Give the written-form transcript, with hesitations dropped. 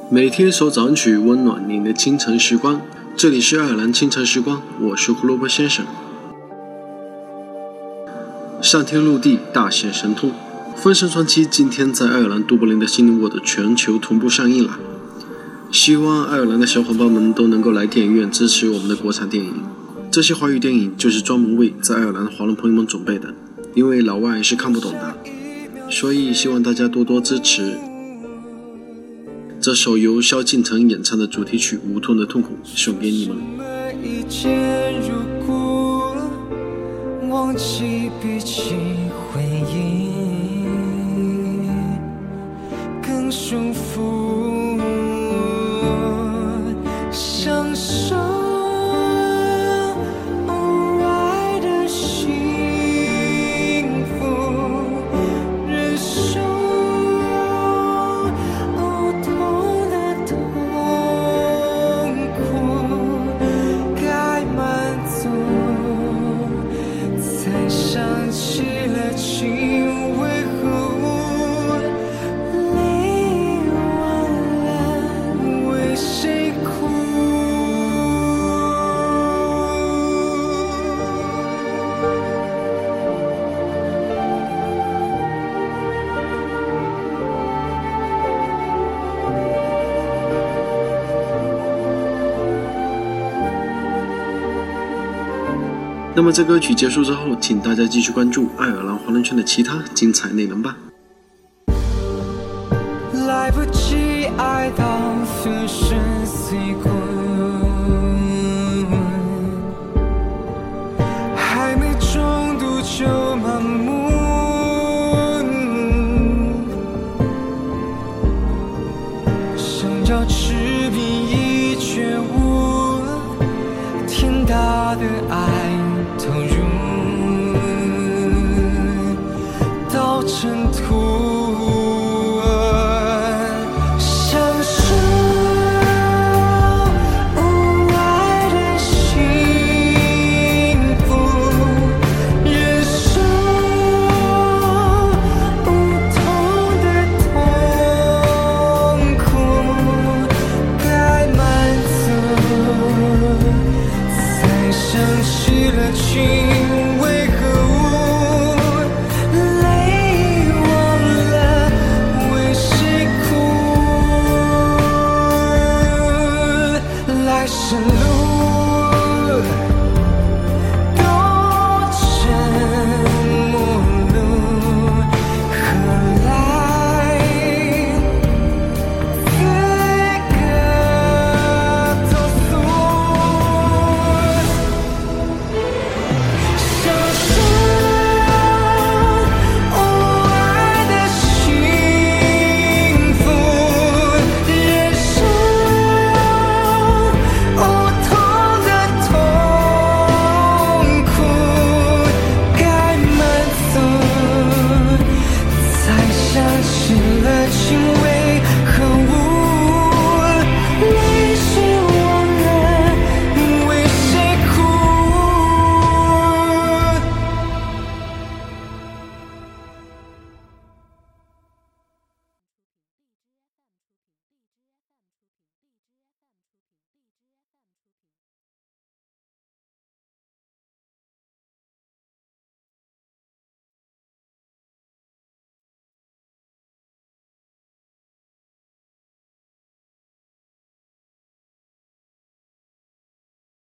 每天一首早安曲，温暖您的清晨时光。这里是爱尔兰清晨时光，我是胡萝卜先生。上天入地，大显神通。封神传奇今天在爱尔兰都柏林的悉尼沃的全球同步上映了。希望爱尔兰的小伙伴们都能够来电影院支持我们的国产电影。这些华语电影就是专门为在爱尔兰的华人朋友们准备的，因为老外是看不懂的，所以希望大家多多支持。这首由萧敬腾演唱的主题曲《无痛的痛苦》送给你们。 一见如故，忘记比起回忆更舒服，享受偶尔的幸福，忍受想起了情为何物，泪忘了为谁哭。 那么在歌曲结束之后，请大家继续关注爱尔兰华人圈的其他精彩内容吧。 来不及爱到粉身碎骨，还没中毒就麻木，想要持笔已觉悟，天大的爱投入到尘土，享受偶尔的幸福，忍受无痛的痛苦，该满足，才想起了情为何物，泪忘了为谁哭，来生路都成陌路，何来资格投诉，享受偶尔的幸福，忍受无痛的痛苦，该满足，才想起了情为